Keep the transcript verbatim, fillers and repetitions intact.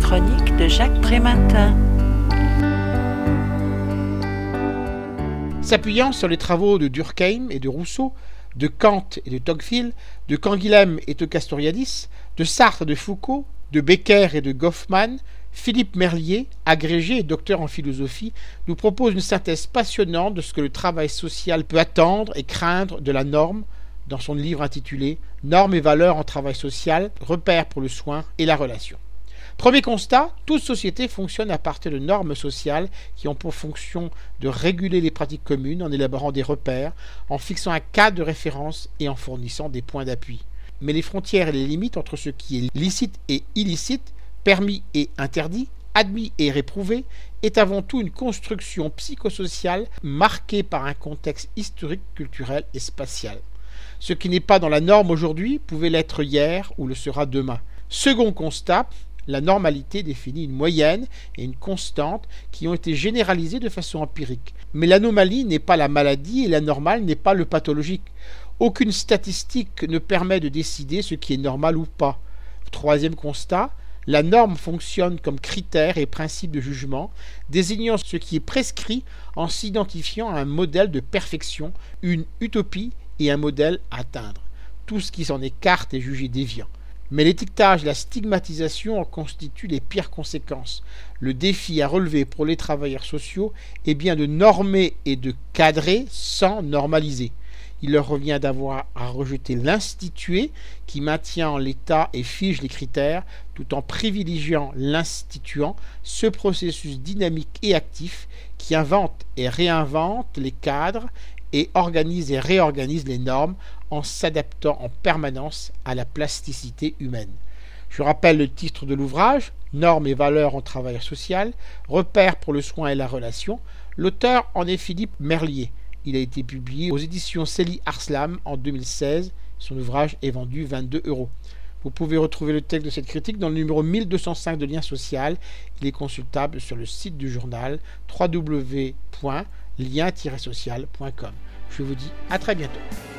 chronique de Jacques Prématin. S'appuyant sur les travaux de Durkheim et de Rousseau, de Kant et de Tocqueville, de Canguilhem et de Castoriadis, de Sartre et de Foucault, de Becker et de Goffman, Philippe Merlier, agrégé et docteur en philosophie, nous propose une synthèse passionnante de ce que le travail social peut attendre et craindre de la norme dans son livre intitulé « Normes et valeurs en travail social, repères pour le soin et la relation ». Premier constat, toute société fonctionne à partir de normes sociales qui ont pour fonction de réguler les pratiques communes en élaborant des repères, en fixant un cadre de référence et en fournissant des points d'appui. Mais les frontières et les limites entre ce qui est licite et illicite, permis et interdit, admis et réprouvé, est avant tout une construction psychosociale marquée par un contexte historique, culturel et spatial. Ce qui n'est pas dans la norme aujourd'hui pouvait l'être hier ou le sera demain. Second constat, la normalité définit une moyenne et une constante qui ont été généralisées de façon empirique. Mais l'anomalie n'est pas la maladie et la normale n'est pas le pathologique. Aucune statistique ne permet de décider ce qui est normal ou pas. Troisième constat, la norme fonctionne comme critère et principe de jugement, désignant ce qui est prescrit en s'identifiant à un modèle de perfection, une utopie et un modèle à atteindre. Tout ce qui s'en écarte est jugé déviant. Mais l'étiquetage et la stigmatisation en constituent les pires conséquences. Le défi à relever pour les travailleurs sociaux est bien de normer et de cadrer sans normaliser. Il leur revient d'avoir à rejeter l'institué qui maintient en l'état et fige les critères tout en privilégiant l'instituant, ce processus dynamique et actif qui invente et réinvente les cadres et organise et réorganise les normes en s'adaptant en permanence à la plasticité humaine. Je rappelle le titre de l'ouvrage, Normes et valeurs en travail social, repères pour le soin et la relation. L'auteur en est Philippe Merlier. Il a été publié aux éditions Célie Arslam en deux mille seize. Son ouvrage est vendu vingt-deux euros. Vous pouvez retrouver le texte de cette critique dans le numéro mille deux cent cinq de Lien Social. Il est consultable sur le site du journal w w w point lien tiret social point com. Je vous dis à très bientôt.